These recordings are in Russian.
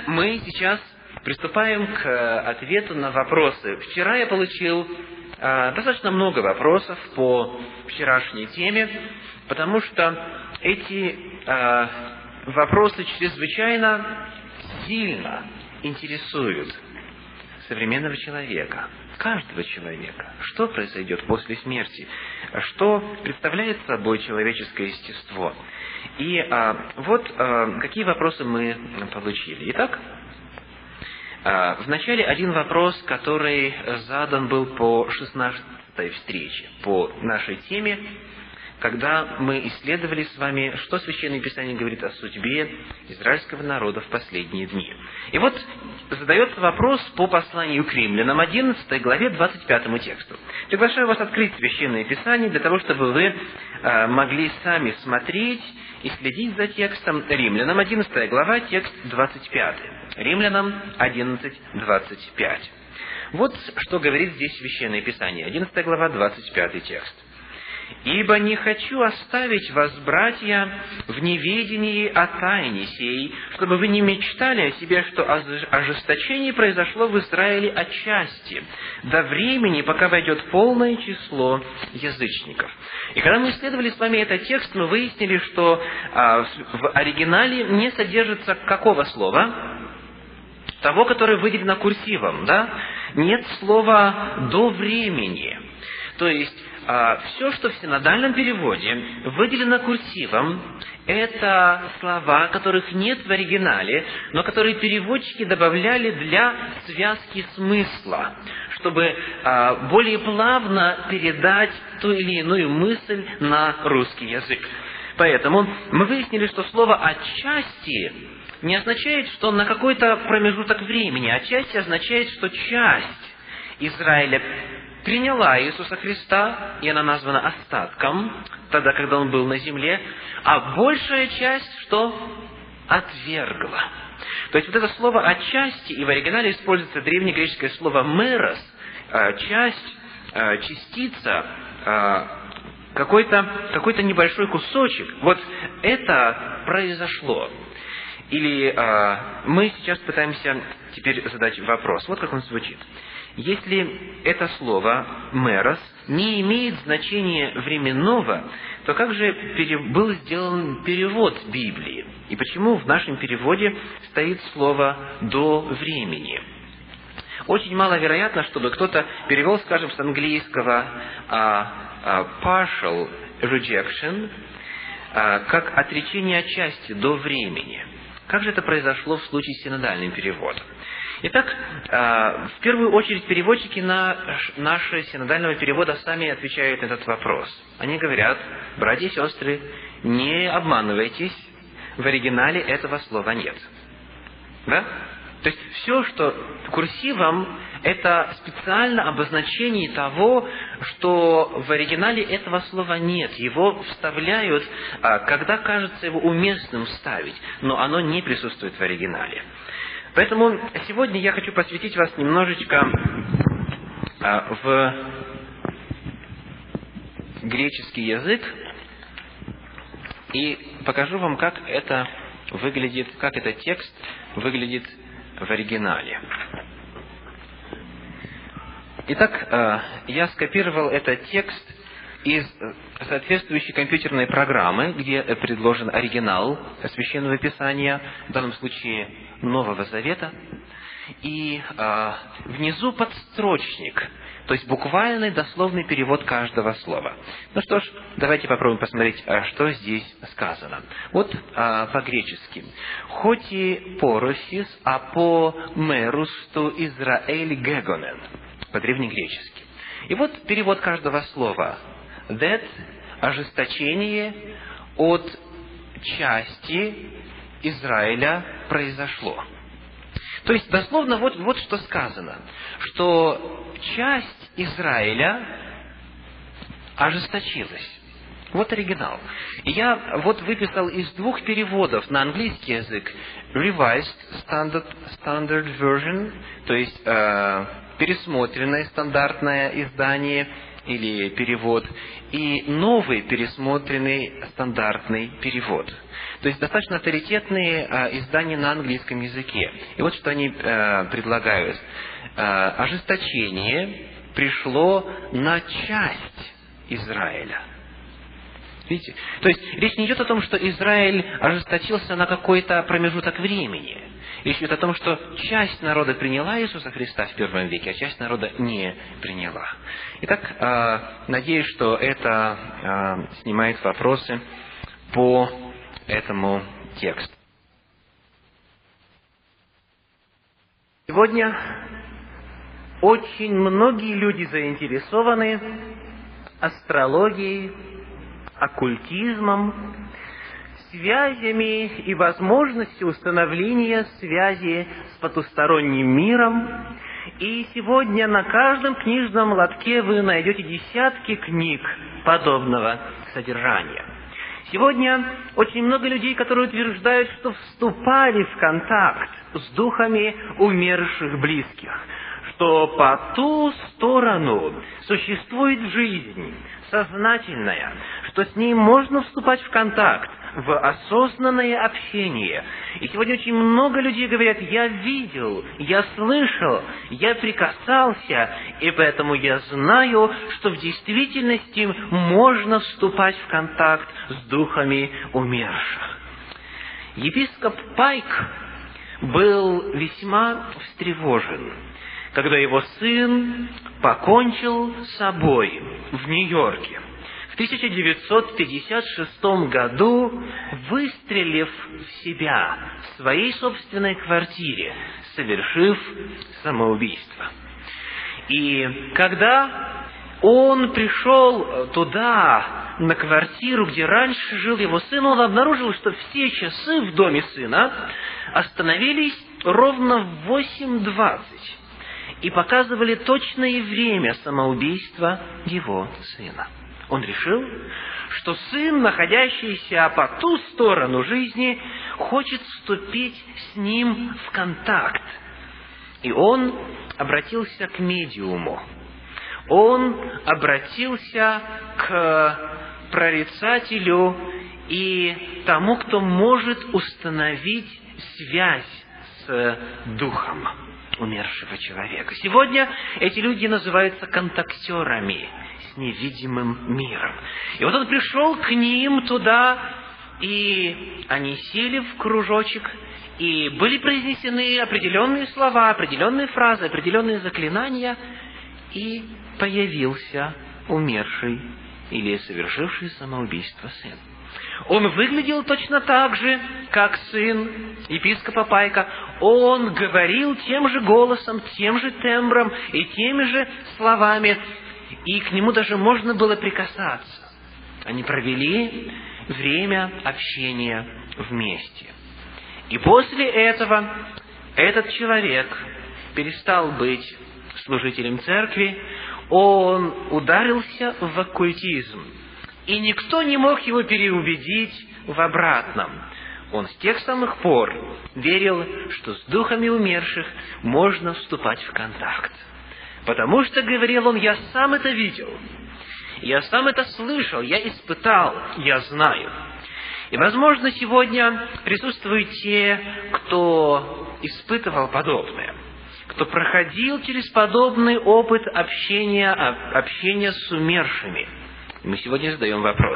мы сейчас приступаем к ответу на вопросы. Вчера я получил достаточно много вопросов по вчерашней теме, потому что эти вопросы чрезвычайно сильно интересуют современного человека, каждого человека. Что произойдет после смерти? Что представляет собой человеческое естество? И вот какие вопросы мы получили. Итак, вначале один вопрос, который задан был по 16-й встрече, по нашей теме, когда мы исследовали с вами, что Священное Писание говорит о судьбе израильского народа в последние дни. И вот задается вопрос по посланию к римлянам, 11 главе, 25 тексту. Приглашаю вас открыть Священное Писание для того, чтобы вы могли сами смотреть и следить за текстом. Римлянам, 11 глава, текст 25. Римлянам 11, 25. Вот что говорит здесь Священное Писание, 11 глава, 25 текст. «Ибо не хочу оставить вас, братья, в неведении о тайне сей, чтобы вы не мечтали о себе, что ожесточение произошло в Израиле отчасти, до времени, пока войдет полное число язычников». И когда мы исследовали с вами этот текст, мы выяснили, что в оригинале не содержится какого слова? Того, которое выделено курсивом, да? Нет слова «до времени». То есть, все, что в синодальном переводе выделено курсивом, это слова, которых нет в оригинале, но которые переводчики добавляли для связки смысла, чтобы более плавно передать ту или иную мысль на русский язык. Поэтому мы выяснили, что слово «отчасти» не означает, что на какой-то промежуток времени. Отчасти означает, что часть Израиля приняла Иисуса Христа, и она названа остатком, тогда, когда Он был на земле, а большая часть, что отвергла. То есть, вот это слово «отчасти», и в оригинале используется древнегреческое слово «мерос», часть, частица, какой-то небольшой кусочек. Вот это произошло. Или мы сейчас пытаемся теперь задать вопрос. Вот как он звучит. Если это слово «мерос» не имеет значения временного, то как же был сделан перевод Библии? И почему в нашем переводе стоит слово «до времени»? Очень маловероятно, чтобы кто-то перевел, скажем, с английского partial rejection как отречение отчасти до времени. Как же это произошло в случае с синодальным переводом? Итак, в первую очередь переводчики нашего синодального перевода сами отвечают на этот вопрос. Они говорят: братья и сестры, не обманывайтесь, в оригинале этого слова нет. Да? То есть все, что курсивом, это специально обозначение того, что в оригинале этого слова нет. Его вставляют, когда кажется его уместным вставить, но оно не присутствует в оригинале. Поэтому сегодня я хочу посвятить вас немножечко в греческий язык и покажу вам, как это выглядит, как этот текст выглядит в оригинале. Итак, я скопировал этот текст из соответствующей компьютерной программы, где предложен оригинал Священного Писания, в данном случае Нового Завета, и внизу подстрочник, то есть буквальный дословный перевод каждого слова. Ну что ж, давайте попробуем посмотреть, что здесь сказано. Вот по-гречески. «Хоти поросис апо мерус ту Израэль гегонен». По-древнегречески. И вот перевод каждого слова. «That» – ожесточение от части Израиля произошло. То есть, дословно, вот что сказано, что часть Израиля ожесточилась. Вот оригинал. И я вот выписал из двух переводов на английский язык Revised Standard Version, то есть пересмотренное стандартное издание, или перевод, и новый пересмотренный стандартный перевод. То есть достаточно авторитетные издания на английском языке. И вот что они предлагают. Ожесточение пришло на часть Израиля. Видите? То есть речь не идет о том, что Израиль ожесточился на какой-то промежуток времени. Речь идет о том, что часть народа приняла Иисуса Христа в первом веке, а часть народа не приняла. Итак, надеюсь, что это снимает вопросы по этому тексту. Сегодня очень многие люди заинтересованы астрологией, оккультизмом, связями и возможностью установления связи с потусторонним миром. И сегодня на каждом книжном лотке вы найдете десятки книг подобного содержания. Сегодня очень много людей, которые утверждают, что вступали в контакт с духами умерших близких, что по ту сторону существует жизнь сознательная, что с ней можно вступать в контакт, в осознанное общение. И сегодня очень много людей говорят: я видел, я слышал, я прикасался, и поэтому я знаю, что в действительности можно вступать в контакт с духами умерших. Епископ Пайк был весьма встревожен, когда его сын покончил с собой в Нью-Йорке в 1956 году, выстрелив в себя в своей собственной квартире, совершив самоубийство. И когда он пришел туда, на квартиру, где раньше жил его сын, он обнаружил, что все часы в доме сына остановились ровно в 8:20 и показывали точное время самоубийства его сына. Он решил, что сын, находящийся по ту сторону жизни, хочет вступить с ним в контакт. И он обратился к медиуму. Он обратился к прорицателю и тому, кто может установить связь с духом умершего человека. Сегодня эти люди называются контактерами с невидимым миром. И вот он пришел к ним туда, и они сели в кружочек, и были произнесены определенные слова, определенные фразы, определенные заклинания, и появился умерший или совершивший самоубийство сын. Он выглядел точно так же, как сын епископа Пайка. Он говорил тем же голосом, тем же тембром и теми же словами, и к нему даже можно было прикасаться. Они провели время общения вместе. И после этого этот человек перестал быть служителем церкви, он ударился в оккультизм. И никто не мог его переубедить в обратном. Он с тех самых пор верил, что с духами умерших можно вступать в контакт. Потому что, говорил он, я сам это видел, я сам это слышал, я испытал, я знаю. И, возможно, сегодня присутствуют те, кто испытывал подобное, кто проходил через подобный опыт общения с умершими. Мы сегодня задаем вопрос: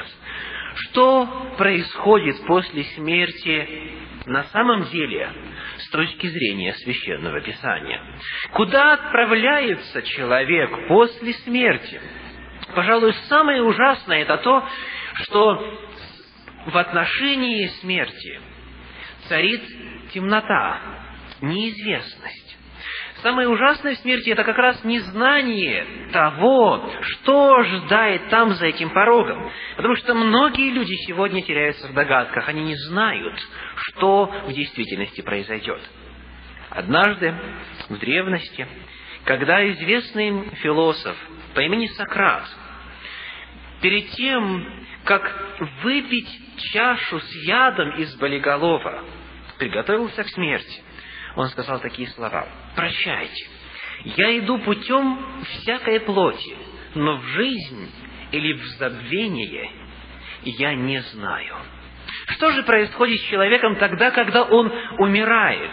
что происходит после смерти на самом деле с точки зрения Священного Писания? Куда отправляется человек после смерти? Пожалуй, самое ужасное – это то, что в отношении смерти царит темнота, неизвестность. Самое ужасное в смерти – это как раз незнание того, что ждает там за этим порогом. Потому что многие люди сегодня теряются в догадках, они не знают, что в действительности произойдет. Однажды, в древности, когда известный философ по имени Сократ, перед тем, как выпить чашу с ядом из болиголова, приготовился к смерти, он сказал такие слова: «Прощайте, я иду путем всякой плоти, но в жизнь или в забвение я не знаю». Что же происходит с человеком тогда, когда он умирает?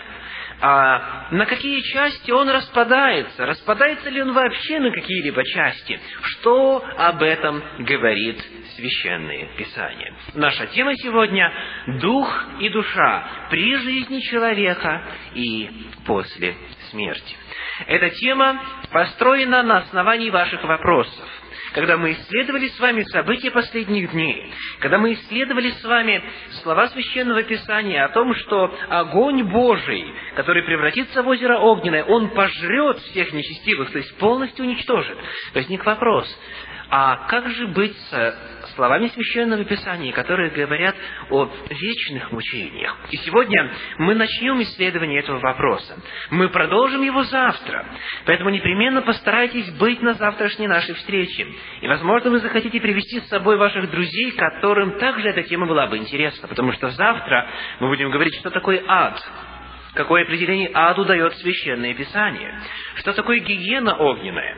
На какие части он распадается? Распадается ли он вообще на какие-либо части? Что об этом говорит Священное Писание? Наша тема сегодня – дух и душа при жизни человека и после смерти. Эта тема построена на основании ваших вопросов. Когда мы исследовали с вами события последних дней, когда мы исследовали с вами слова Священного Писания о том, что огонь Божий, который превратится в озеро огненное, он пожрет всех нечестивых, то есть полностью уничтожит, возник вопрос: а как же быть со словами Священного Писания, которые говорят о вечных мучениях? И сегодня мы начнем исследование этого вопроса. Мы продолжим его завтра. Поэтому непременно постарайтесь быть на завтрашней нашей встрече. И, возможно, вы захотите привести с собой ваших друзей, которым также эта тема была бы интересна. Потому что завтра мы будем говорить, что такое ад. Какое определение аду дает Священное Писание? Что такое гиена огненная?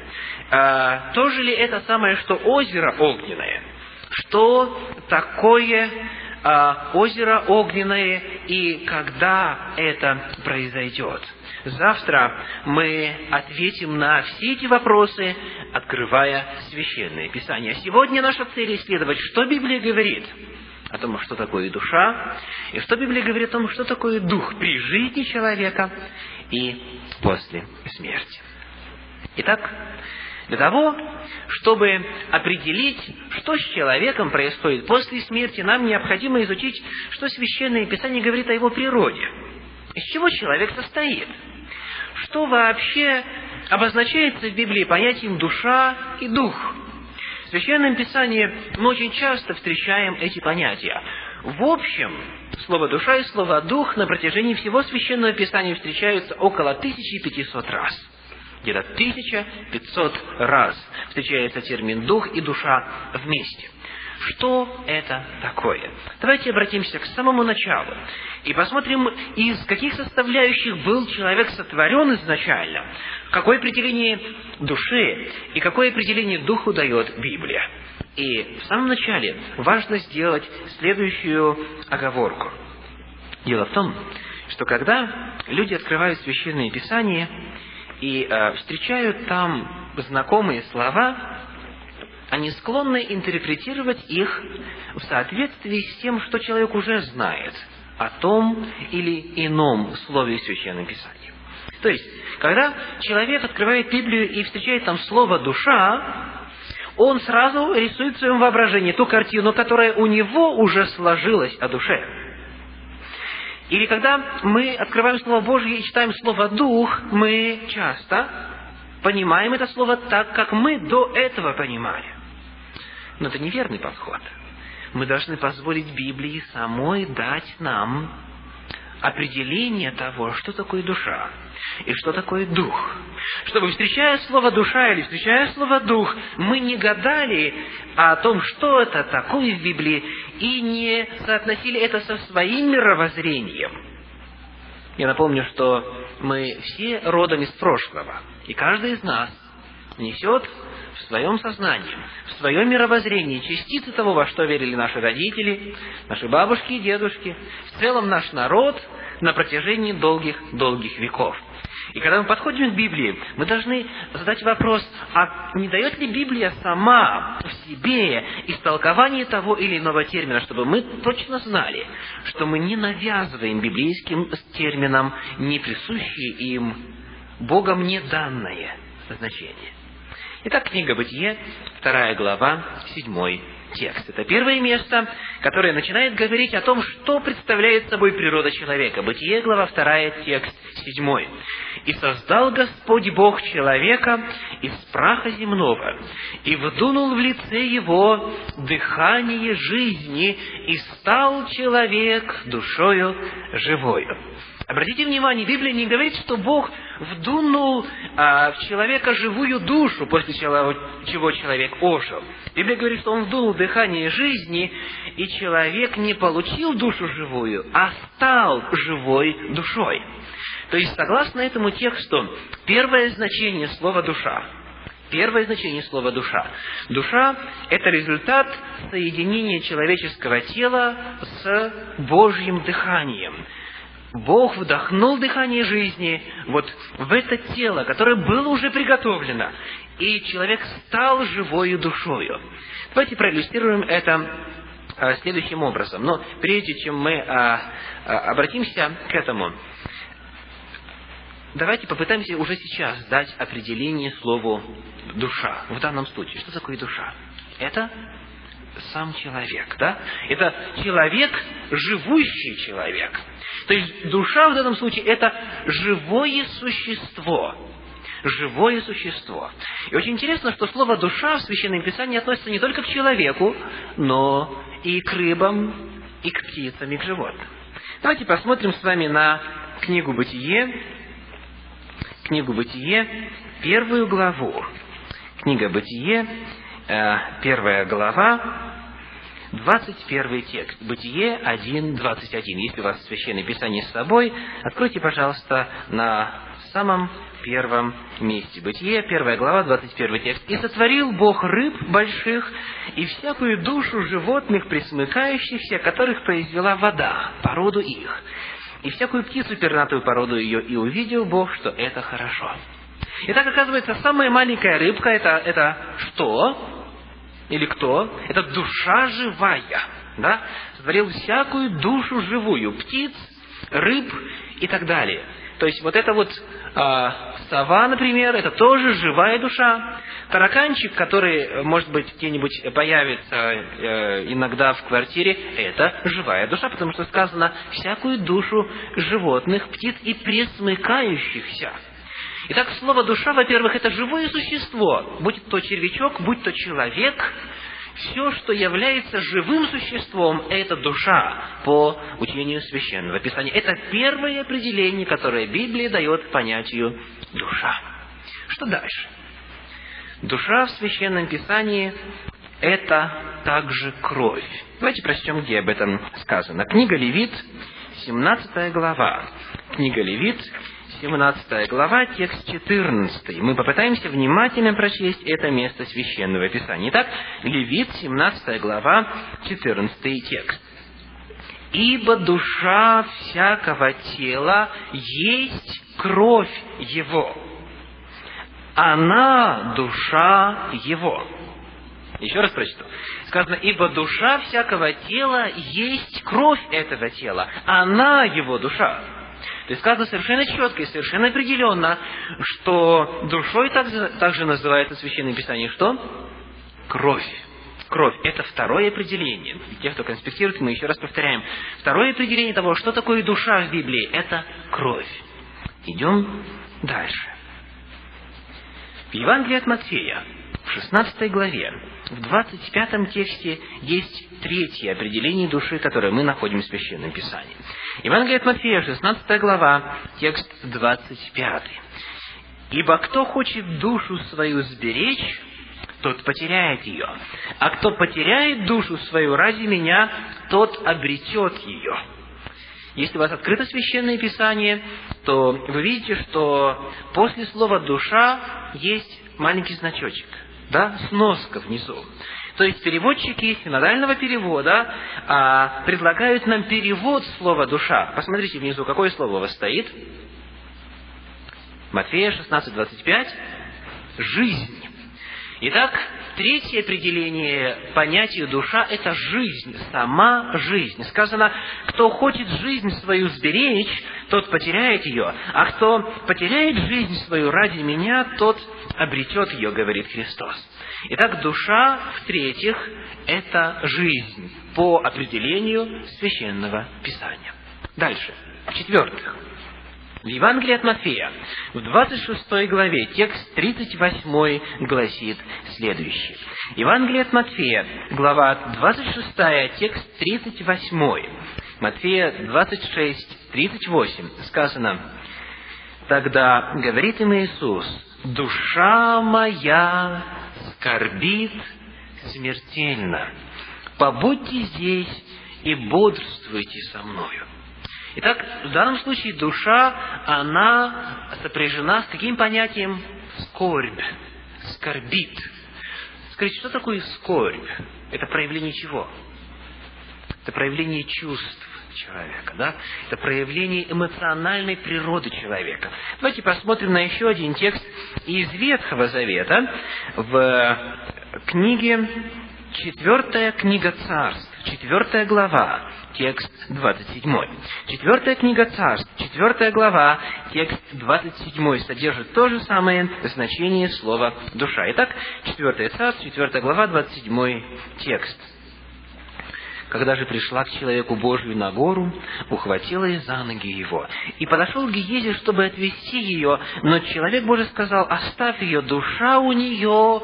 То же ли это самое, что озеро огненное? Что такое озеро огненное и когда это произойдет? Завтра мы ответим на все эти вопросы, открывая Священное Писание. А сегодня наша цель исследовать, что Библия говорит о том, что такое душа, и что Библия говорит о том, что такое дух при жизни человека и после смерти. Итак, для того, чтобы определить, что с человеком происходит после смерти, нам необходимо изучить, что Священное Писание говорит о его природе. Из чего человек состоит? Что вообще обозначается в Библии понятием «душа» и «дух»? В Священном Писании мы очень часто встречаем эти понятия. В общем, слово «душа» и слово «дух» на протяжении всего Священного Писания встречаются около 1500 раз. Где-то 1500 раз встречается термин «дух» и «душа» вместе. Что это такое? Давайте обратимся к самому началу и посмотрим, из каких составляющих был человек сотворен изначально, какое определение души и какое определение духу дает Библия. И в самом начале важно сделать следующую оговорку. Дело в том, что когда люди открывают Священное Писание и встречают там знакомые слова, они склонны интерпретировать их в соответствии с тем, что человек уже знает о том или ином слове Священного Писания. То есть, когда человек открывает Библию и встречает там слово «душа», он сразу рисует в своем воображении ту картину, которая у него уже сложилась о душе. Или когда мы открываем Слово Божье и читаем слово «дух», мы часто понимаем это слово так, как мы до этого понимали. Но это неверный подход. Мы должны позволить Библии самой дать нам определение того, что такое душа и что такое дух. Чтобы, встречая слово «душа» или встречая слово «дух», мы не гадали о том, что это такое в Библии, и не соотносили это со своим мировоззрением. Я напомню, что мы все родом из прошлого, и каждый из нас несет в своем сознании, в своем мировоззрении частицы того, во что верили наши родители, наши бабушки и дедушки, в целом наш народ на протяжении долгих веков. И когда мы подходим к Библии, мы должны задать вопрос, а не дает ли Библия сама в себе истолкование того или иного термина, чтобы мы точно знали, что мы не навязываем библейским терминам не присущие им, Богом не данное значение. Итак, книга «Бытие», 2 глава, 7 текст. Это первое место, которое начинает говорить о том, что представляет собой природа человека. Бытие, глава 2, текст 7. «И создал Господь Бог человека из праха земного, и вдунул в лице его дыхание жизни, и стал человек душою живою». Обратите внимание, Библия не говорит, что Бог вдунул в человека живую душу, после чего человек ожил. Библия говорит, что Он вдунул дыхание жизни, и человек не получил душу живую, а стал живой душой. То есть, согласно этому тексту, первое значение слова «душа» Первое значение слова «душа». Душа – это результат соединения человеческого тела с Божьим дыханием. Бог вдохнул дыхание жизни вот в это тело, которое было уже приготовлено, и человек стал живою душою. Давайте проиллюстрируем это следующим образом. Но прежде чем мы обратимся к этому, давайте попытаемся уже сейчас дать определение слову «душа». В данном случае, что такое душа? Это сам человек, да? Это человек, живущий человек. То есть душа в данном случае это живое существо. Живое существо. И очень интересно, что слово «душа» в Священном Писании относится не только к человеку, но и к рыбам, и к птицам, и к животным. Давайте посмотрим с вами на книгу «Бытие». Книгу «Бытие», 1 главу. Книга «Бытие», 1 глава, 21 текст. Бытие 1:21. Если у вас Священное Писание с собой, откройте, пожалуйста, на самом первом месте. Бытие, 1 глава, 21 текст. «И сотворил Бог рыб больших и всякую душу животных, пресмыкающихся, которых произвела вода, породу их, и всякую птицу пернатую, породу ее, и увидел Бог, что это хорошо». Итак, оказывается, самая маленькая рыбка это что? Или кто? Это душа живая. Да? Сотворил всякую душу живую, птиц, рыб и так далее. То есть вот это вот сова, например, это тоже живая душа. Тараканчик, который, может быть, где-нибудь появится иногда в квартире, это живая душа, потому что сказано «всякую душу животных, птиц и пресмыкающихся». Итак, слово «душа», во-первых, это живое существо, будь то червячок, будь то человек, все, что является живым существом, это душа по учению Священного Писания. Это первое определение, которое Библия дает понятию «душа». Что дальше? Душа в Священном Писании – это также кровь. Давайте прочтем, где об этом сказано. Книга Левит, 17 глава. Книга Левит, 17 глава, текст 14. Мы попытаемся внимательно прочесть это место Священного Писания. Итак, Левит, 17 глава, 14 текст. «Ибо душа всякого тела есть кровь его. Она душа его». Еще раз прочту. Сказано, ибо душа всякого тела есть кровь этого тела. Она его душа. То есть сказано совершенно четко и совершенно определенно, что душой также называется в Священном Писании что? Кровь. Кровь. Это второе определение. Те, кто конспектирует, мы еще раз повторяем. Второе определение того, что такое душа в Библии, это кровь. Идем дальше. В Евангелии от Матфея, в 16 главе, в 25 тексте есть третье определение души, которое мы находим в Священном Писании. Евангелие от Матфея, 16 глава, текст 25. «Ибо кто хочет душу свою сберечь, тот потеряет ее. А кто потеряет душу свою ради меня, тот обретет ее». Если у вас открыто Священное Писание, то вы видите, что после слова «душа» есть маленький значочек, да, сноска внизу. То есть переводчики синодального перевода предлагают нам перевод слова «душа». Посмотрите внизу, какое слово у вас стоит. Матфея 16:25. «Жизнь». Итак, третье определение понятию «душа» – это жизнь, сама жизнь. Сказано, кто хочет жизнь свою сберечь, тот потеряет ее, а кто потеряет жизнь свою ради меня, тот обретет ее, говорит Христос. Итак, душа, в-третьих, это жизнь по определению Священного Писания. Дальше. В-четвертых, в Евангелии от Матфея, в 26 главе, текст 38 гласит следующее. Евангелие от Матфея, глава 26, текст 38. Матфея 26, 38 сказано: «Тогда говорит им Иисус: душа моя скорбит смертельно. Побудьте здесь и бодрствуйте со мною». Итак, в данном случае душа, она сопряжена с каким понятием? Скорбь. скорбит. Скажите, что такое скорбь? Это проявление чего? Это проявление чувств человека, да? Это проявление эмоциональной природы человека. Давайте посмотрим на еще один текст из Ветхого Завета в книге 4 книга Царств, 4 глава, текст 27. 4 книга Царств, 4 глава, текст 27 содержит то же самое значение слова «душа». Итак, 4 Царств, 4 глава, 27 текст. «Когда же пришла к человеку Божию на гору, ухватила и за ноги его. И подошел Гиези, чтобы отвести ее, но человек Божий сказал: оставь ее, душа у нее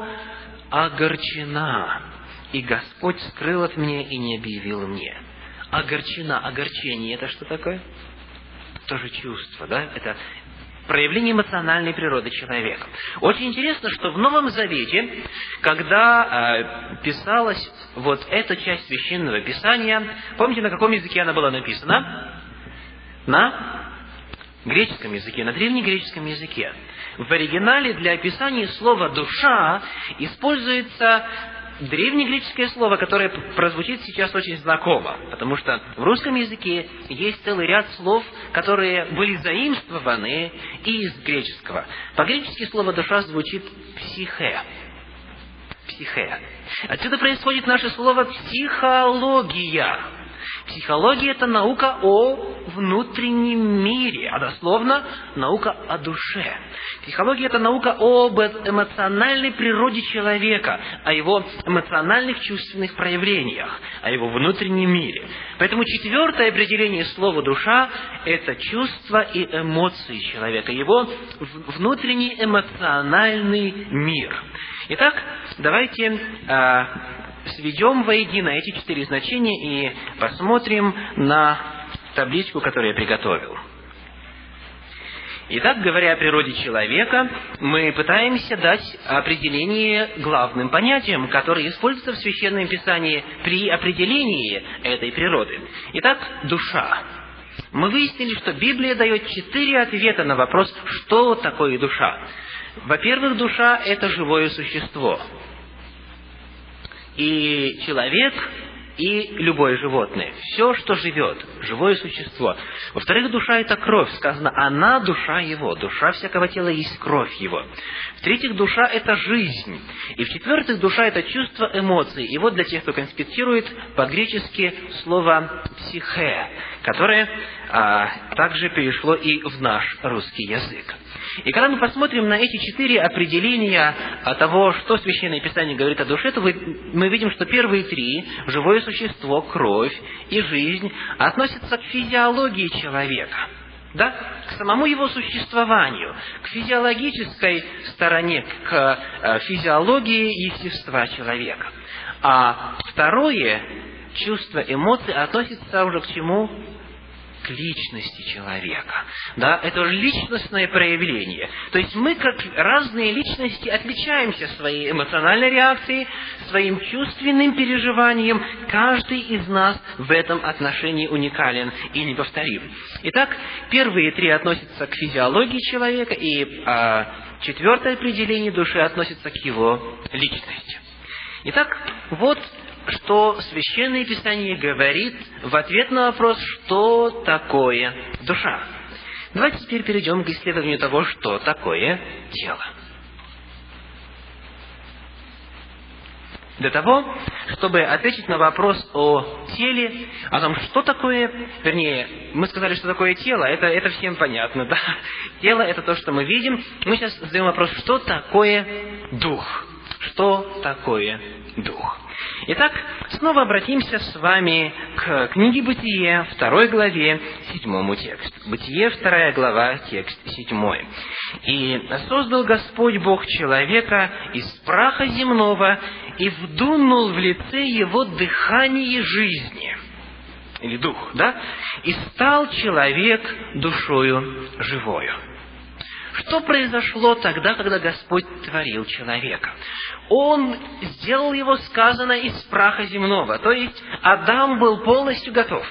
огорчена. И Господь скрыл от меня и не объявил мне». Огорчена, огорчение — это что такое? Тоже чувство, да? Это проявление эмоциональной природы человека. Очень интересно, что в Новом Завете, когда писалась вот эта часть Священного Писания, помните, на каком языке она была написана? На греческом языке, на древнегреческом языке. В оригинале для описания слова «душа» используется древнегреческое слово, которое прозвучит сейчас очень знакомо, потому что в русском языке есть целый ряд слов, которые были заимствованы из греческого. По-гречески слово «душа» звучит «психе». Психе. Отсюда происходит наше слово «психология». Психология – это наука о внутреннем мире, а дословно наука о душе. Психология – это наука об эмоциональной природе человека, о его эмоциональных чувственных проявлениях, о его внутреннем мире. Поэтому четвертое определение слова «душа» – это чувства и эмоции человека, его внутренний эмоциональный мир. Итак, давайте сведем воедино эти 4 значения и посмотрим на табличку, которую я приготовил. Итак, говоря о природе человека, мы пытаемся дать определение главным понятиям, которые используются в Священном Писании при определении этой природы. Итак, душа. Мы выяснили, что Библия дает 4 ответа на вопрос, что такое душа. Во-первых, душа – это живое существо. И человек, и любое животное. Все, что живет, живое существо. Во-вторых, душа – это кровь. Сказано, она душа его. Душа всякого тела есть кровь его. В-третьих, душа – это жизнь. И в-четвертых, душа – это чувство, эмоций. И вот для тех, кто конспектирует, по-гречески слово «психе», которое также перешло и в наш русский язык. И когда мы посмотрим на эти 4 определения того, что Священное Писание говорит о душе, то мы видим, что первые 3 – живое существо, кровь и жизнь – относятся к физиологии человека, да? К самому его существованию, к физиологической стороне, к физиологии естества человека. А второе – чувство, эмоции относится уже к чему? К личности человека. Да, это личностное проявление. То есть мы, как разные личности, отличаемся своей эмоциональной реакцией, своим чувственным переживанием. Каждый из нас в этом отношении уникален и неповторим. Итак, первые 3 относятся к физиологии человека, и 4-е определение души относится к его личности. Итак, вот что Священное Писание говорит в ответ на вопрос, что такое душа. Давайте теперь перейдем к исследованию того, что такое тело. Для того, чтобы ответить на вопрос о теле, о том, что такое, вернее, мы сказали, что такое тело, это всем понятно, да? Тело – это то, что мы видим. Мы сейчас задаем вопрос, что такое дух? Что такое дух? Итак, снова обратимся с вами к книге Бытие, 2 главе, 7 текст. Бытие, 2 глава, текст 7. «И создал Господь Бог человека из праха земного, и вдунул в лице его дыхание жизни». Или дух, да? «И стал человек душою живою». Что произошло тогда, когда Господь творил человека? Он сделал его, сказано, из праха земного. То есть Адам был полностью готов.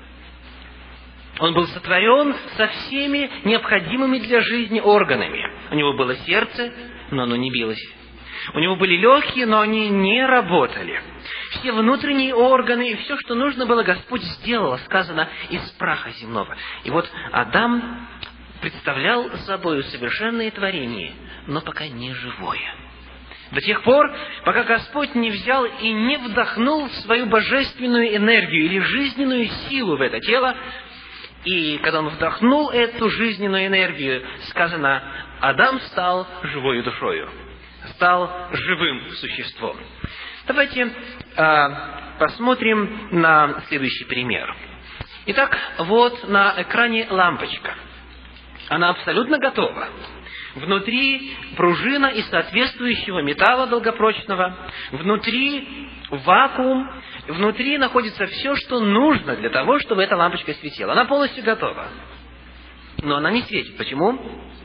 Он был сотворен со всеми необходимыми для жизни органами. У него было сердце, но оно не билось. У него были легкие, но они не работали. Все внутренние органы и все, что нужно было, Господь сделал, сказано, из праха земного. И вот Адам представлял собой совершенное творение, но пока не живое. До тех пор, пока Господь не взял и не вдохнул свою божественную энергию или жизненную силу в это тело, и когда Он вдохнул эту жизненную энергию, сказано, Адам стал живою душою, стал живым существом. Давайте посмотрим на следующий пример. Итак, вот на экране лампочка. Она абсолютно готова. Внутри пружина из соответствующего металла долгопрочного. Внутри вакуум. Внутри находится все, что нужно для того, чтобы эта лампочка светила. Она полностью готова. Но она не светит. Почему?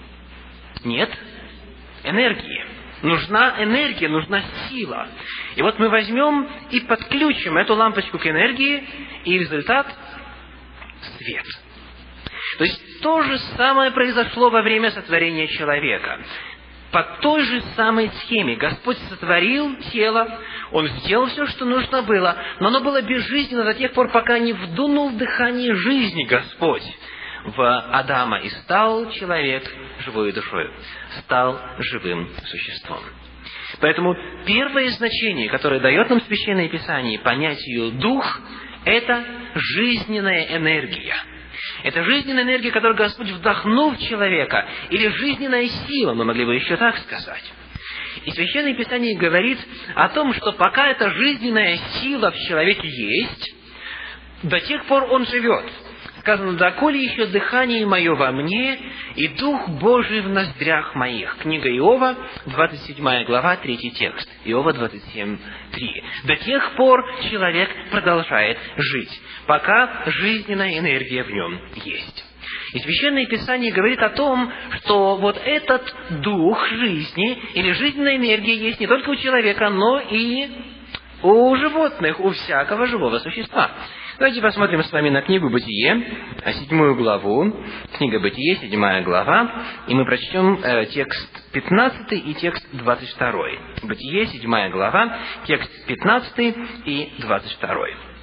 Нет энергии. Нужна энергия, нужна сила. И вот мы возьмем и подключим эту лампочку к энергии, и результат – свет. То есть то же самое произошло во время сотворения человека. По той же самой схеме Господь сотворил тело, Он сделал все, что нужно было, но оно было безжизненно до тех пор, пока не вдунул дыхание жизни Господь в Адама, и стал человек живой душой, стал живым существом. Поэтому первое значение, которое дает нам Священное Писание понятию «дух», это жизненная энергия. Это жизненная энергия, которую Господь вдохнул в человека, или жизненная сила, мы могли бы еще так сказать. И Священное Писание говорит о том, что пока эта жизненная сила в человеке есть, до тех пор он живет. Сказано, доколе еще дыхание мое во мне, и Дух Божий в ноздрях моих. Книга Иова, 27 глава, 3 текст. Иова 27:3. До тех пор человек продолжает жить, пока жизненная энергия в нем есть. И Священное Писание говорит о том, что вот этот дух жизни, или жизненная энергия есть не только у человека, но и у животных, у всякого живого существа. Давайте посмотрим с вами на книгу «Бытие», 7 главу, книга «Бытие», 7 глава, и мы прочтем текст 15 и текст 22. «Бытие», 7 глава, текст 15 и 22.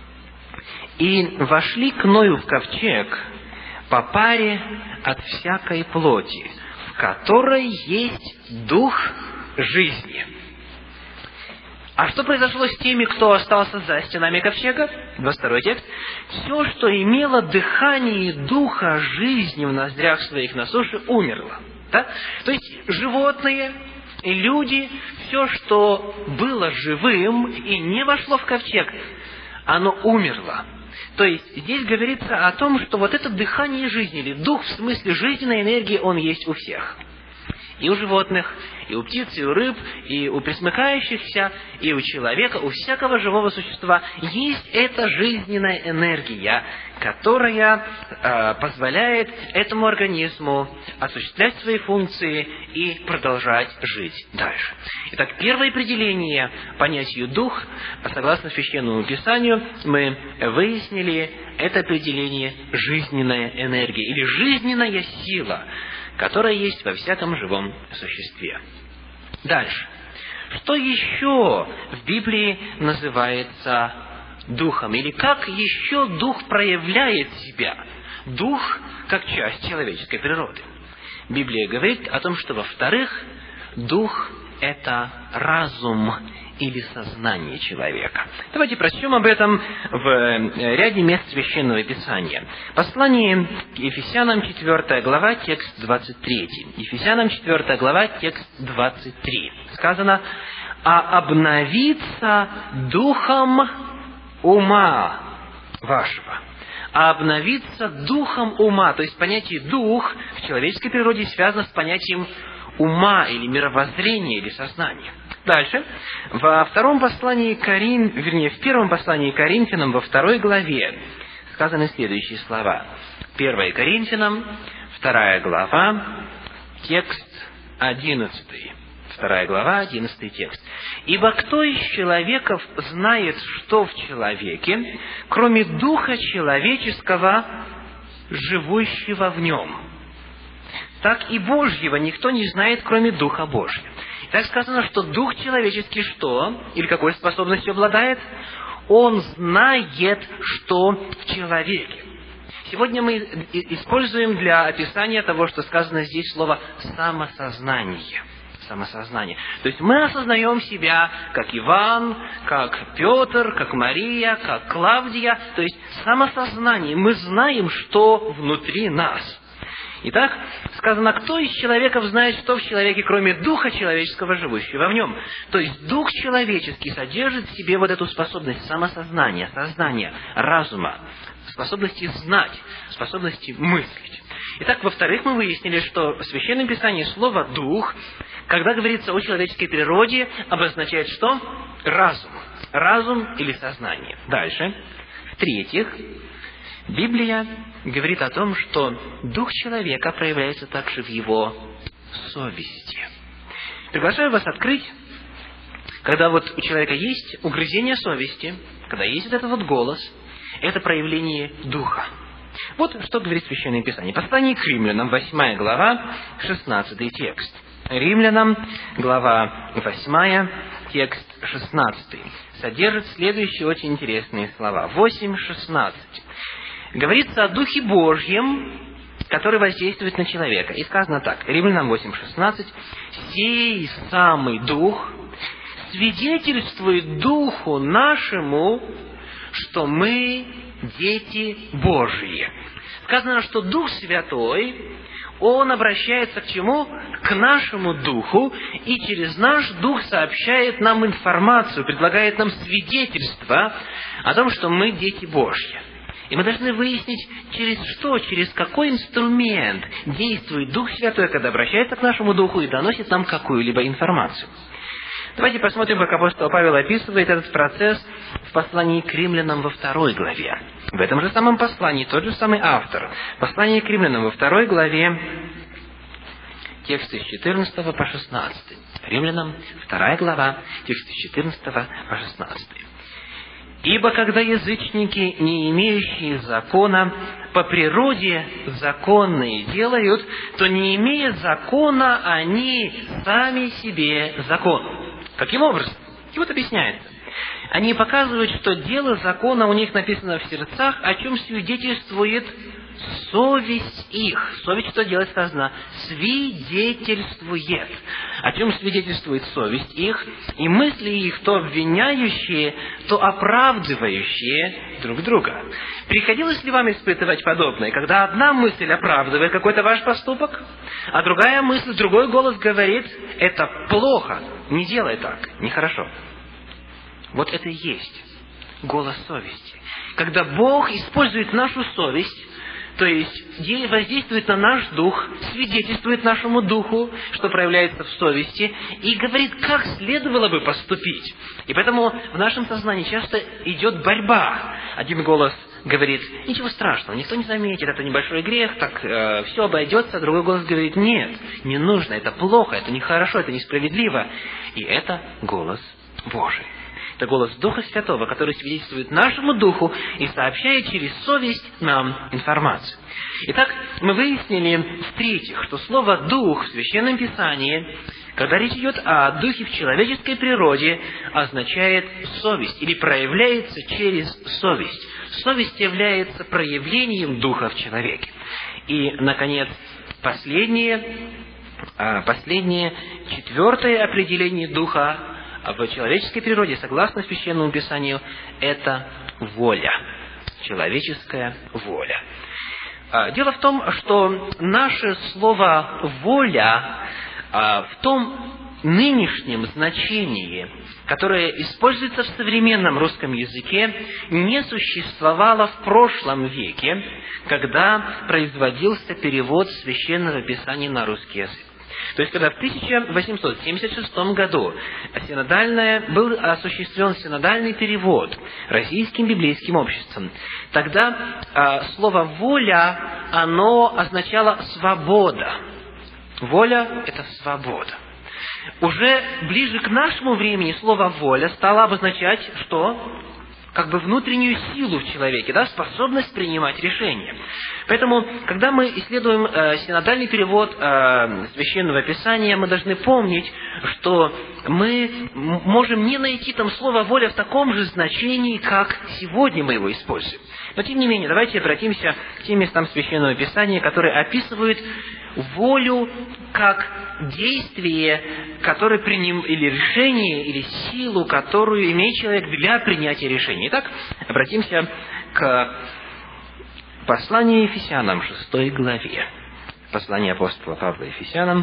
«И вошли к Ною в ковчег по паре от всякой плоти, в которой есть дух жизни». А что произошло с теми, кто остался за стенами ковчега? 22 текст. «Все, что имело дыхание духа жизни в ноздрях своих на суше, умерло». Да? То есть животные и люди, все, что было живым и не вошло в ковчег, оно умерло. То есть здесь говорится о том, что вот это дыхание жизни, или дух в смысле жизненной энергии, он есть у всех. И у животных, и у птиц, и у рыб, и у пресмыкающихся, и у человека, у всякого живого существа есть эта жизненная энергия, которая позволяет этому организму осуществлять свои функции и продолжать жить дальше. Итак, первое определение понятию «дух», согласно Священному Писанию, мы выяснили, это определение жизненная энергия или жизненная сила, которая есть во всяком живом существе. Дальше. Что еще в Библии называется духом? Или как еще дух проявляет себя? Дух как часть человеческой природы. Библия говорит о том, что, во-вторых, дух – это разум или сознание человека. Давайте прочтем об этом в ряде мест Священного Писания. Послание к Ефесянам, 4 глава, текст 23. Ефесянам, 4 глава, текст 23. Сказано: «А обновиться духом ума вашего». А обновиться духом ума. То есть понятие «дух» в человеческой природе связано с понятием ума или мировоззрения или сознания. Дальше. В первом послании к Коринфянам, во 2 главе, сказаны следующие слова. 1 Коринфянам, 2 глава, текст 11. 2 глава, 11 текст. «Ибо кто из человеков знает, что в человеке, кроме духа человеческого, живущего в нем? Так и Божьего никто не знает, кроме Духа Божьего». Так сказано, что дух человеческий что? Или какой способностью обладает? Он знает, что в человеке. Сегодня мы используем для описания того, что сказано здесь, слово «самосознание». Самосознание. То есть мы осознаем себя, как Иван, как Петр, как Мария, как Клавдия. То есть самосознание. Мы знаем, что внутри нас. Итак, сказано, кто из человеков знает, что в человеке, кроме духа человеческого, живущего в нем. То есть дух человеческий содержит в себе вот эту способность самосознания, сознания, разума, способности знать, способности мыслить. Итак, во-вторых, мы выяснили, что в Священном Писании слово «дух», когда говорится о человеческой природе, обозначает что? Разум. Разум или сознание. Дальше. В-третьих, Библия говорит о том, что дух человека проявляется также в его совести. Приглашаю вас открыть, когда вот у человека есть угрызение совести, когда есть вот этот вот голос, это проявление духа. Вот что говорит Священное Писание. Послание к Римлянам, 8 глава, 16 текст. Римлянам, глава 8, текст 16. Содержит следующие очень интересные слова. 8:16. Говорится о Духе Божьем, который воздействует на человека. И сказано так. Римлянам 8:16. «Сей самый Дух свидетельствует Духу нашему, что мы дети Божьи». Сказано, что Дух Святой, Он обращается к чему? К нашему Духу, и через наш Дух сообщает нам информацию, предлагает нам свидетельство о том, что мы дети Божьи. И мы должны выяснить, через что, через какой инструмент действует Дух Святой, когда обращается к нашему Духу и доносит нам какую-либо информацию. Давайте посмотрим, как апостол Павел описывает этот процесс в послании к Римлянам во 2 главе. В этом же самом послании тот же самый автор. Послание к Римлянам во 2 главе, тексты с 14 по 16. Римлянам 2 глава, тексты с 14 по 16. «Ибо когда язычники, не имеющие закона, по природе законные делают, то, не имея закона, они сами себе закон». Каким образом? И вот объясняется. Они показывают, что дело закона у них написано в сердцах, о чем свидетельствует совесть их. Совесть, что делать сказано? Свидетельствует. О чем свидетельствует совесть их? И мысли их, то обвиняющие, то оправдывающие друг друга. Приходилось ли вам испытывать подобное, когда одна мысль оправдывает какой-то ваш поступок, а другая мысль, другой голос говорит: это плохо, не делай так, нехорошо. Вот это и есть голос совести. Когда Бог использует нашу совесть, то есть воздействует на наш дух, свидетельствует нашему духу, что проявляется в совести, и говорит, как следовало бы поступить. И поэтому в нашем сознании часто идет борьба. Один голос говорит: ничего страшного, никто не заметит, это небольшой грех, так все обойдется. А другой голос говорит: нет, не нужно, это плохо, это нехорошо, это несправедливо. И это голос Божий. Это голос Духа Святого, который свидетельствует нашему Духу и сообщает через совесть нам информацию. Итак, мы выяснили, в-третьих, что слово «дух» в Священном Писании, когда речь идет о духе в человеческой природе, означает совесть или проявляется через совесть. Совесть является проявлением Духа в человеке. И, наконец, последнее, четвертое определение Духа в человеческой природе, согласно Священному Писанию, это воля. Человеческая воля. Дело в том, что наше слово «воля» в том нынешнем значении, которое используется в современном русском языке, не существовало в прошлом веке, когда производился перевод Священного Писания на русский язык. То есть, когда в 1876 году был осуществлен синодальный перевод Российским библейским обществом, тогда слово «воля», оно означало «свобода». Воля – это свобода. Уже ближе к нашему времени слово «воля» стало обозначать что? как бы внутреннюю силу в человеке, да, способность принимать решения. Поэтому, когда мы исследуем синодальный перевод Священного Писания, мы должны помнить, что мы можем не найти там слово «воля» в таком же значении, как сегодня мы его используем. Но, тем не менее, давайте обратимся к тем местам Священного Писания, которые описывают волю как действие, которое или решение, или силу, которую имеет человек для принятия решения. Итак, обратимся к посланию Ефесянам, 6 главе. Послание апостола Павла Ефесянам,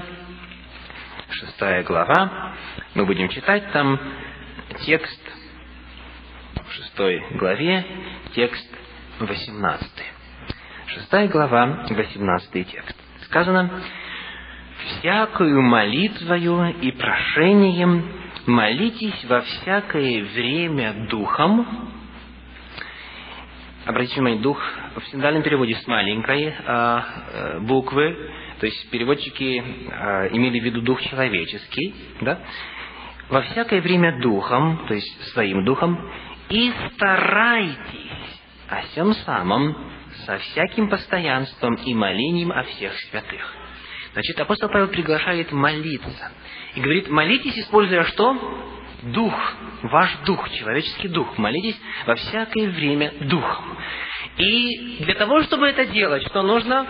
6 глава. Мы будем читать там текст в 6 главе, текст 18. 6 глава, 18 текст. Сказано: «Всякою молитвою и прошением молитесь во всякое время Духом». Обратите внимание, Дух в синодальном переводе с маленькой буквы, то есть переводчики имели в виду Дух человеческий, да? «Во всякое время Духом», то есть своим Духом, «и старайтесь о сем самом со всяким постоянством и молением о всех святых». Значит, апостол Павел приглашает молиться. И говорит, молитесь, используя что? Дух, ваш дух, человеческий дух. Молитесь во всякое время Духом. И для того, чтобы это делать, что нужно?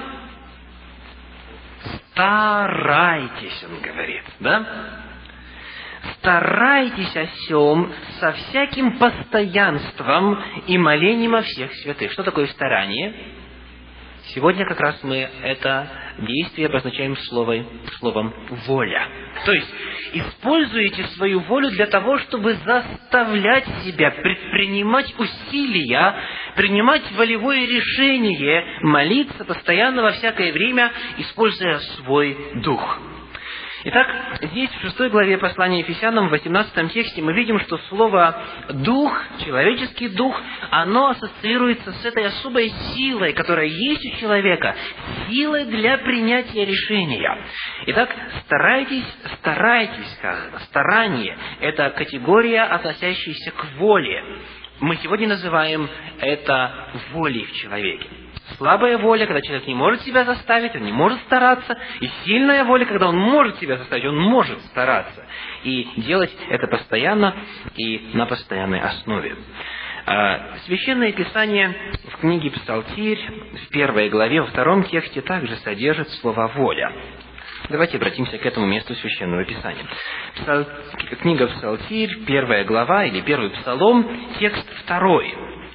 Старайтесь, он говорит, да? Старайтесь о сем со всяким постоянством и молением о всех святых. Что такое старание? Сегодня как раз мы это действие обозначаем словом «воля». То есть, используете свою волю для того, чтобы заставлять себя предпринимать усилия, принимать волевое решение, молиться постоянно во всякое время, используя свой дух. Итак, здесь в 6 главе послания Ефесянам, в 18 тексте, мы видим, что слово «дух», человеческий дух, оно ассоциируется с этой особой силой, которая есть у человека, силой для принятия решения. Итак, старайтесь, сказано. Старание – это категория, относящаяся к воле. Мы сегодня называем это волей в человеке. Слабая воля, когда человек не может себя заставить, он не может стараться. И сильная воля, когда он может себя заставить, он может стараться. И делать это постоянно и на постоянной основе. Священное Писание в книге Псалтирь, в 1 главе, во 2 тексте также содержит слово «воля». Давайте обратимся к этому месту Священного Писания. Книга Псалтирь, 1 глава, или 1 Псалом, текст 2.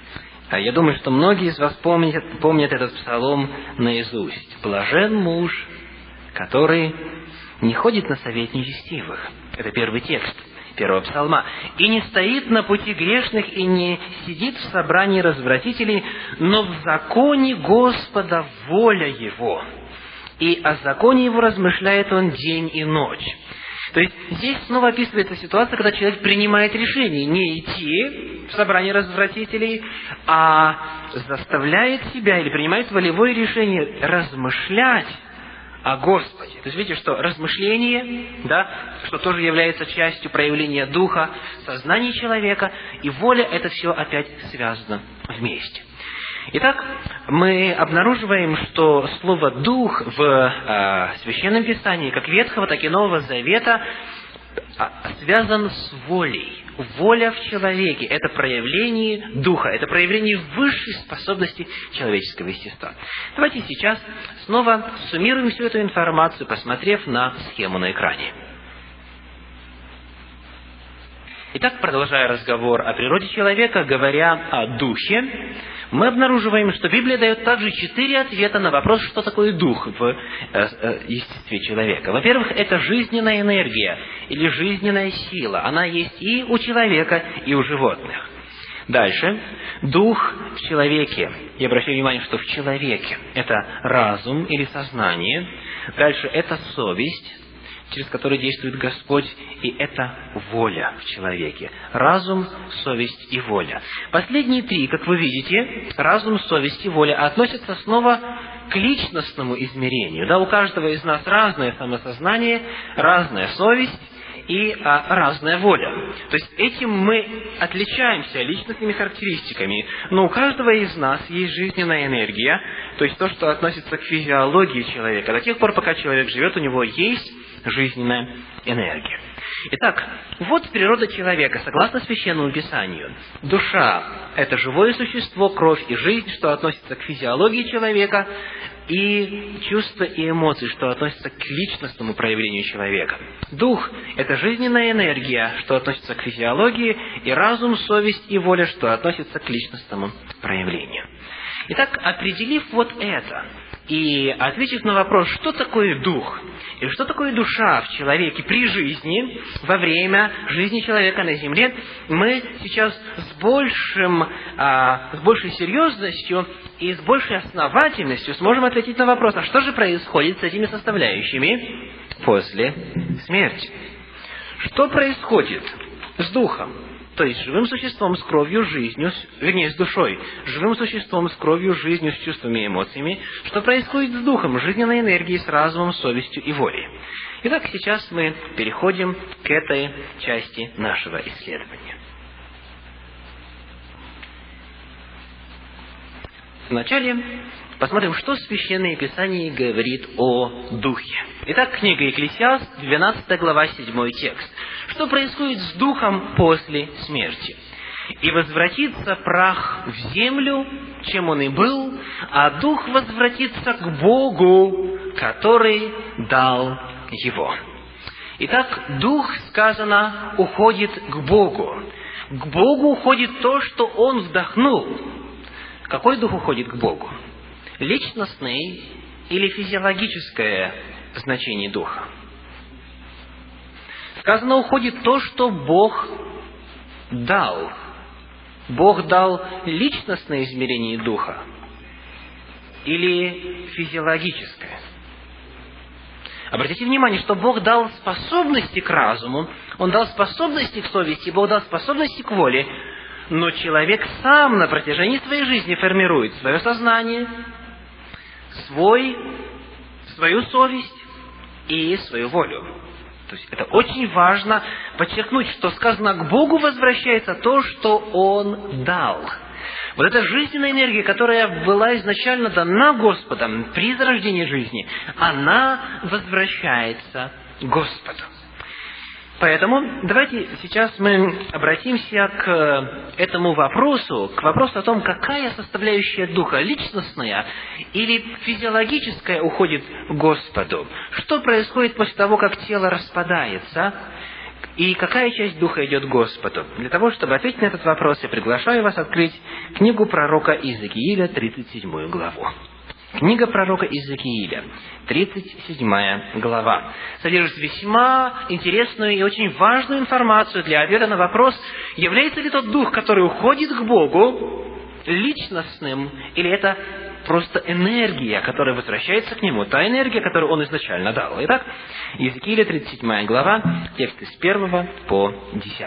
Я думаю, что многие из вас помнят этот псалом наизусть. «Блажен муж, который не ходит на совет нечестивых». Это первый текст 1 псалма. «И не стоит на пути грешных, и не сидит в собрании развратителей, но в законе Господа воля его, и о законе его размышляет он день и ночь». То есть здесь снова описывается ситуация, когда человек принимает решение не идти в собрание развратителей, а заставляет себя или принимает волевое решение размышлять о Господе. То есть видите, что размышление, да, что тоже является частью проявления духа, сознания человека, и воля, это все опять связано вместе. Итак, мы обнаруживаем, что слово «дух» в Священном Писании, как Ветхого, так и Нового Завета, связан с волей. Воля в человеке – это проявление духа, это проявление высшей способности человеческого естества. Давайте сейчас снова суммируем всю эту информацию, посмотрев на схему на экране. Итак, продолжая разговор о природе человека, говоря о духе, мы обнаруживаем, что Библия дает также 4 ответа на вопрос, что такое дух в естестве человека. Во-первых, это жизненная энергия или жизненная сила. Она есть и у человека, и у животных. Дальше. Дух в человеке. Я обращаю внимание, что в человеке это разум или сознание. Дальше это совесть, через который действует Господь, и это воля в человеке. Разум, совесть и воля. Последние 3, как вы видите, разум, совесть и воля, относятся снова к личностному измерению. Да, у каждого из нас разное самосознание, разная совесть и разная воля. То есть этим мы отличаемся личностными характеристиками. Но у каждого из нас есть жизненная энергия, то есть то, что относится к физиологии человека. До тех пор, пока человек живет, у него есть жизненная энергия. Итак, вот природа человека, согласно Священному Писанию. Душа – это живое существо, кровь и жизнь, что относится к физиологии человека, и чувства и эмоции, что относятся к личностному проявлению человека. Дух – это жизненная энергия, что относится к физиологии, и разум, совесть и воля, что относятся к личностному проявлению. Итак, определив вот это, и ответив на вопрос, что такое дух, и что такое душа в человеке при жизни, во время жизни человека на земле, мы сейчас с большей серьезностью и с большей основательностью сможем ответить на вопрос, а что же происходит с этими составляющими после смерти? Что происходит с духом? То есть живым существом с кровью, жизнью, вернее, с душой, живым существом с кровью, жизнью, с чувствами и эмоциями. Что происходит с духом, жизненной энергией, с разумом, совестью и волей. Итак, сейчас мы переходим к этой части нашего исследования. Вначале посмотрим, что Священное Писание говорит о Духе. Итак, книга Екклесиаст, 12 глава, 7 текст. Что происходит с Духом после смерти? «И возвратится прах в землю, чем он и был, а Дух возвратится к Богу, который дал его». Итак, Дух, сказано, уходит к Богу. К Богу уходит то, что Он вдохнул. Какой Дух уходит к Богу? Личностный или физиологическое значение Духа? Сказано, уходит то, что Бог дал. Бог дал личностное измерение Духа или физиологическое? Обратите внимание, что Бог дал способности к разуму, Он дал способности к совести, Бог дал способности к воле, но человек сам на протяжении своей жизни формирует свое сознание, свою совесть и свою волю. То есть это очень важно подчеркнуть, что сказано, к Богу возвращается то, что Он дал. Вот эта жизненная энергия, которая была изначально дана Господом при зарождении жизни, она возвращается Господу. Поэтому давайте сейчас мы обратимся к этому вопросу, к вопросу о том, какая составляющая Духа, личностная или физиологическая, уходит к Господу. Что происходит после того, как тело распадается, и какая часть Духа идет к Господу? Для того, чтобы ответить на этот вопрос, я приглашаю вас открыть книгу пророка Иезекииля, 37 главу. Книга пророка Иезекииля, 37 глава, содержит весьма интересную и очень важную информацию для ответа на вопрос, является ли тот дух, который уходит к Богу, личностным, или это просто энергия, которая возвращается к Нему, та энергия, которую Он изначально дал. Итак, Иезекииля, 37 глава, тексты с 1 по 10.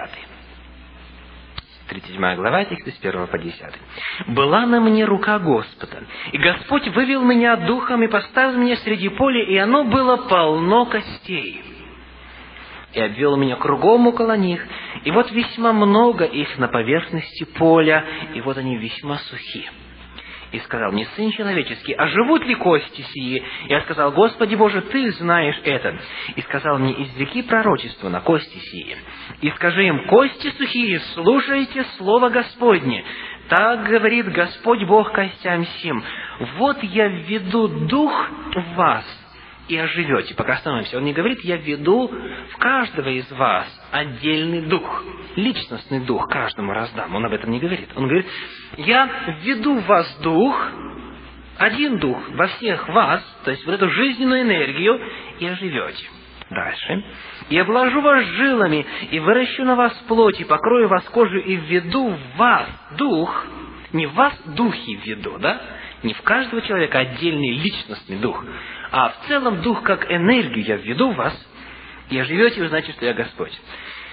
37 глава, тексты с 1 по 10. «Была на мне рука Господа, и Господь вывел меня духом и поставил меня среди поля, и оно было полно костей. И обвел меня кругом около них, и вот весьма много их на поверхности поля, и вот они весьма сухи. И сказал мне: Сын человеческий, а живут ли кости сии? Я сказал: Господи Боже, Ты знаешь это. И сказал мне: извлеки пророчество на кости сии. И скажи им: кости сухие, слушайте слово Господне. Так говорит Господь Бог костям сим: вот я введу дух в вас, и оживете». Пока остановимся. Он не говорит: я введу в каждого из вас отдельный дух, личностный дух каждому раздам. Он об этом не говорит. Он говорит: я введу в вас дух, один дух во всех вас, то есть вот эту жизненную энергию, и оживете. Дальше. «И обложу вас жилами, и выращу на вас плоть, и покрою вас кожей, и введу в вас дух». Не в вас духи введу, да? Не в каждого человека отдельный личностный дух, а в целом дух как энергию я введу в вас, и оживете, и узнаете, что я Господь.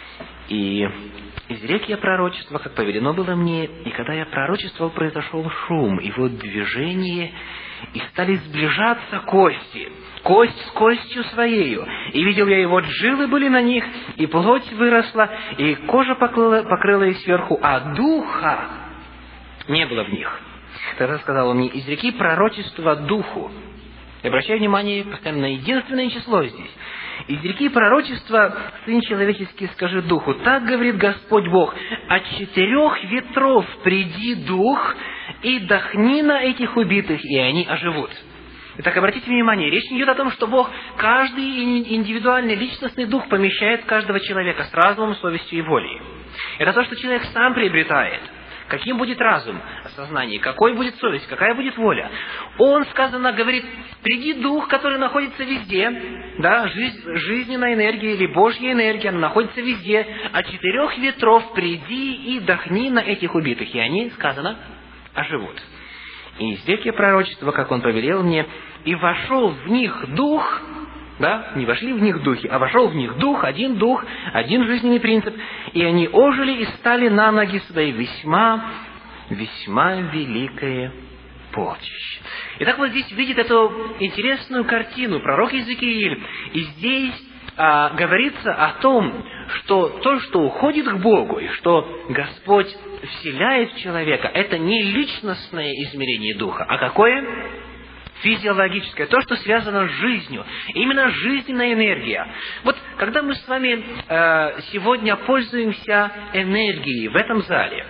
И изрек я пророчество, как повелено было мне, и когда я пророчествовал, произошел шум, и вот движение, и стали сближаться кости, кость с костью своею. И видел я, и вот жилы были на них, и плоть выросла, и кожа покрыла их сверху, а духа не было в них. Тогда сказал он мне: изреки пророчество духу. И обращаю внимание постоянно на единственное число здесь. Изреки пророчество, Сын человеческий, скажи духу. Так говорит Господь Бог: от 4 ветров приди дух, и дохни на этих убитых, и они оживут. Итак, обратите внимание, речь не идет о том, что Бог каждый индивидуальный личностный дух помещает в каждого человека с разумом, совестью и волей. Это то, что человек сам приобретает. Каким будет разум, сознание, какой будет совесть, какая будет воля. Он, сказано, говорит: приди дух, который находится везде, да, жизненная энергия или Божья энергия, она находится везде, от 4 ветров приди и дохни на этих убитых, и они, сказано, оживут. И изрек я пророчество, как он повелел мне, и вошел в них дух, да, не вошли в них духи, а вошел в них дух, один жизненный принцип, и они ожили и стали на ноги свои, весьма, весьма великое полчище. Итак, вот здесь видит эту интересную картину пророк Иезекииль, и здесь говорится о том, что то, что уходит к Богу, и что Господь вселяет в человека, это не личностное измерение духа, а какое? Физиологическое, то, что связано с жизнью, именно жизненная энергия. Вот когда мы с вами сегодня пользуемся энергией в этом зале,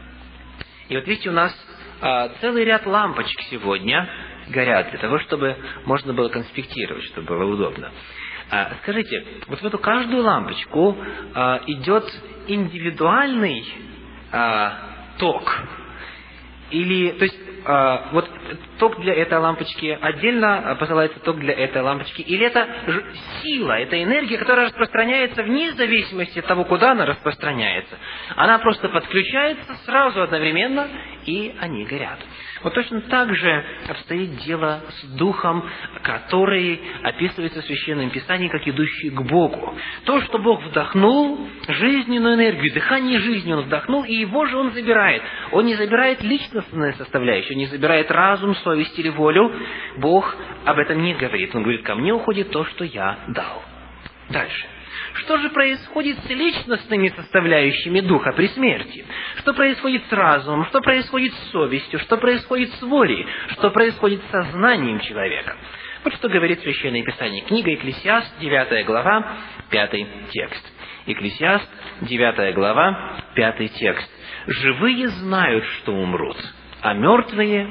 и вот видите, у нас целый ряд лампочек сегодня горят для того, чтобы можно было конспектировать, чтобы было удобно. Скажите, вот в эту каждую лампочку идет индивидуальный ток? Или, то есть, вот ток для этой лампочки, отдельно посылается ток для этой лампочки, или это сила, это энергия, которая распространяется вне зависимости от того, куда она распространяется. Она просто подключается сразу одновременно, и они горят. Вот точно так же обстоит дело с духом, который описывается в Священном Писании как идущий к Богу. То, что Бог вдохнул, жизненную энергию, дыхание жизни Он вдохнул, и его же Он забирает. Он не забирает личностную составляющую, не забирает разум, совесть или волю. Бог об этом не говорит. Он говорит: ко мне уходит то, что я дал. Дальше. Что же происходит с личностными составляющими духа при смерти? Что происходит с разумом? Что происходит с совестью? Что происходит с волей? Что происходит с сознанием человека? Вот что говорит Священное Писание. Книга Екклесиаст, 9 глава, 5 текст. Екклесиаст, 9 глава, 5 текст. «Живые знают, что умрут, а мертвые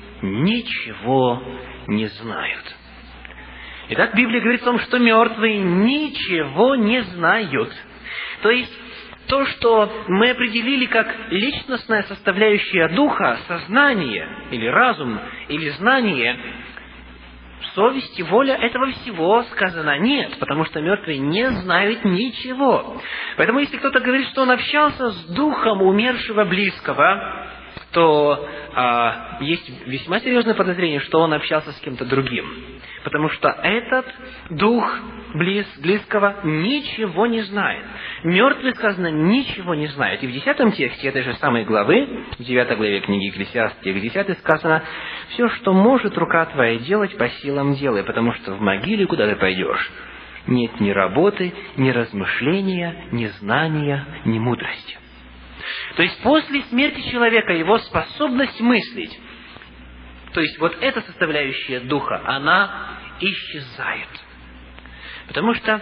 ничего не знают». Итак, Библия говорит о том, что мертвые ничего не знают. То есть, то, что мы определили как личностная составляющая духа, сознание, или разум, или знание, совесть и воля, этого всего сказано нет, потому что мертвые не знают ничего. Поэтому, если кто-то говорит, что он общался с духом умершего близкого, то есть весьма серьезное подозрение, что он общался с кем-то другим. Потому что этот дух близкого ничего не знает. Мертвый, сказано, ничего не знает. И в 10 тексте этой же самой главы, в 9 главе книги Екклесиаст, текст 10, сказано: «Все, что может рука твоя делать, по силам делай, потому что в могиле, куда ты пойдешь, нет ни работы, ни размышления, ни знания, ни мудрости». То есть после смерти человека его способность мыслить, то есть вот эта составляющая духа, она исчезает. Потому что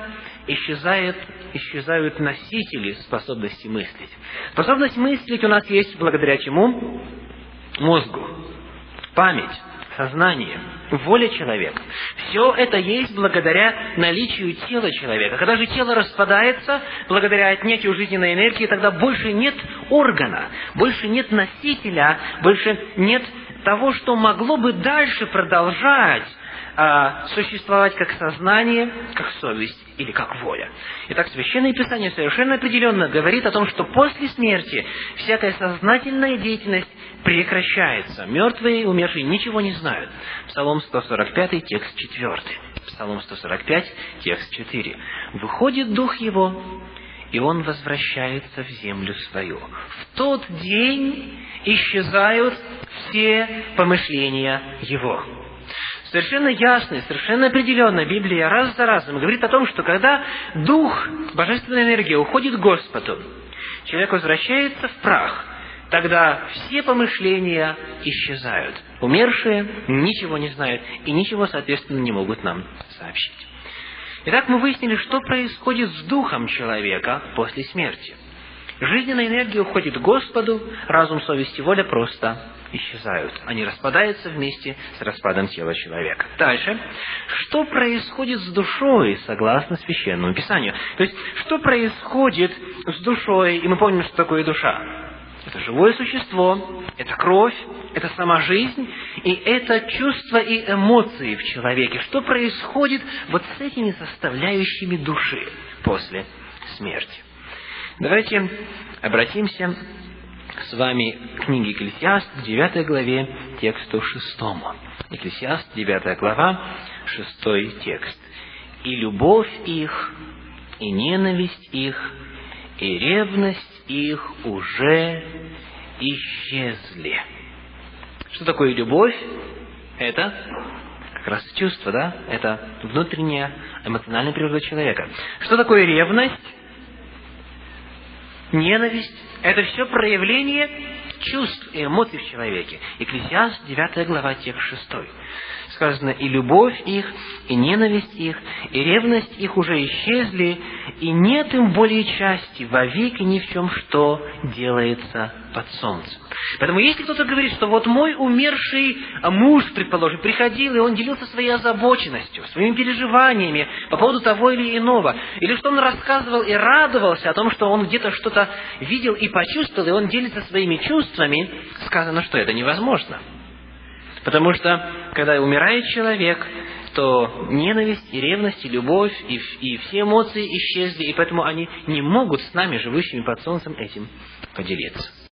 исчезают носители способности мыслить. Способность мыслить у нас есть благодаря чему? Мозгу, память, сознание, воля человека. Все это есть благодаря наличию тела человека. Когда же тело распадается, благодаря отнятию жизненной энергии, тогда больше нет органа, больше нет носителя, больше нет того, что могло бы дальше продолжать существовать как сознание, как совесть или как воля. Итак, Священное Писание совершенно определенно говорит о том, что после смерти всякая сознательная деятельность прекращается. Мертвые, умершие ничего не знают. Псалом 145, текст 4. Псалом 145, текст 4. «Выходит дух его, и он возвращается в землю свою. В тот день исчезают все помышления его». Совершенно ясно и совершенно определенно Библия раз за разом говорит о том, что когда дух, божественная энергия уходит к Господу, человек возвращается в прах, тогда все помышления исчезают. Умершие ничего не знают и ничего, соответственно, не могут нам сообщить. Итак, мы выяснили, что происходит с духом человека после смерти. Жизненная энергия уходит к Господу, разум, совесть и воля просто исчезают. Они распадаются вместе с распадом тела человека. Дальше. Что происходит с душой, согласно Священному Писанию? То есть, что происходит с душой, и мы помним, что такое душа. Это живое существо, это кровь, это сама жизнь, и это чувства и эмоции в человеке. Что происходит вот с этими составляющими души после смерти? Давайте обратимся с вами к книге Екклесиаст, к 9 главе, тексту 6. Екклесиаст, 9 глава, 6 текст. «И любовь их, и ненависть их, и ревность их уже исчезли». Что такое любовь? Это как раз чувство, да? Это внутренняя эмоциональная природа человека. Что такое ревность? Ненависть – это все проявление чувств и эмоций в человеке. Екклесиаст, 9 глава, текст 6. Сказано: «И любовь их, и ненависть их, и ревность их уже исчезли, и нет им более части вовеки ни в чем, что делается под солнцем». Поэтому если кто-то говорит, что вот мой умерший муж, предположим, приходил, и он делился своей озабоченностью, своими переживаниями по поводу того или иного, или что он рассказывал и радовался о том, что он где-то что-то видел и почувствовал, и он делится своими чувствами, сказано, что это невозможно. Потому что, когда умирает человек, то ненависть, и ревность, и любовь, и все эмоции исчезли, и поэтому они не могут с нами, живущими под солнцем, этим поделиться.